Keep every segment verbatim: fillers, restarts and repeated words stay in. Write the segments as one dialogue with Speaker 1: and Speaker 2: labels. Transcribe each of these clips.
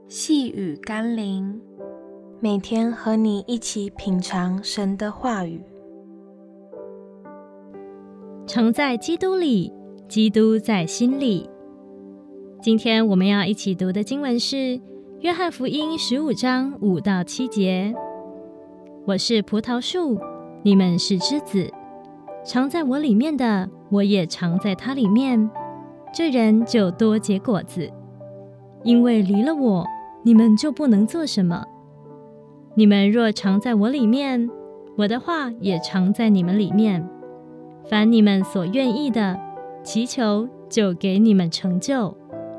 Speaker 1: 细雨甘霖，每天和你一起品尝神的话语。
Speaker 2: 常在基督里，基督在心里。今天我们要一起读的经文是约翰福音十五章五到七节。我是葡萄树，你们是枝子，常在我里面的，我也常在他里面，这人就多结果子。因为离了我，你们就不能做什么。你们若常在我里面，我的话也常在你们里面。凡你们所愿意的，祈求，就给你们成就。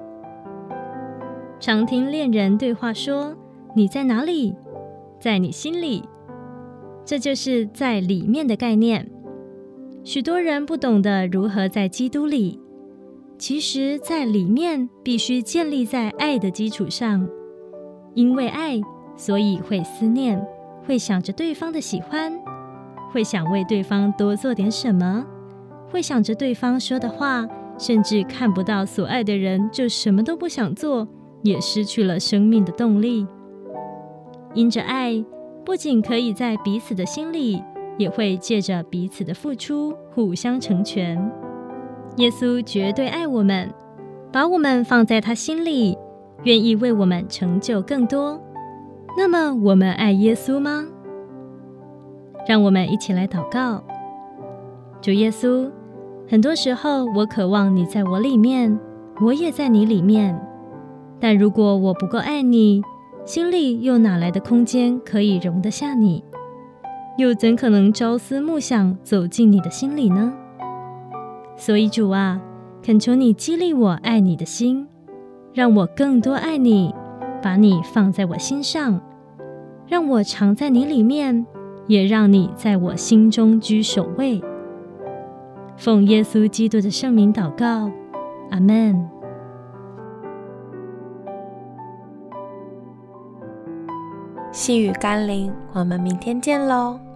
Speaker 2: 常听恋人对话说，你在哪里？在你心里。这就是在里面的概念。许多人不懂得如何在基督里，其实在里面必须建立在爱的基础上。因为爱，所以会思念，会想着对方的喜欢，会想为对方多做点什么，会想着对方说的话，甚至看不到所爱的人就什么都不想做，也失去了生命的动力。因着爱，不仅可以在彼此的心里，也会借着彼此的付出互相成全。耶稣绝对爱我们，把我们放在他心里，愿意为我们成就更多。那么我们爱耶稣吗？让我们一起来祷告。主耶稣，很多时候我渴望你在我里面，我也在你里面，但如果我不够爱你，心里又哪来的空间可以容得下你？又怎可能朝思暮想走进你的心里呢？所以主啊，恳求你激励我爱你的心，让我更多爱你，把你放在我心上，让我常在你里面，也让你在我心中居首位。奉耶稣基督的圣名祷告，阿们。
Speaker 1: 细雨甘霖，我们明天见喽。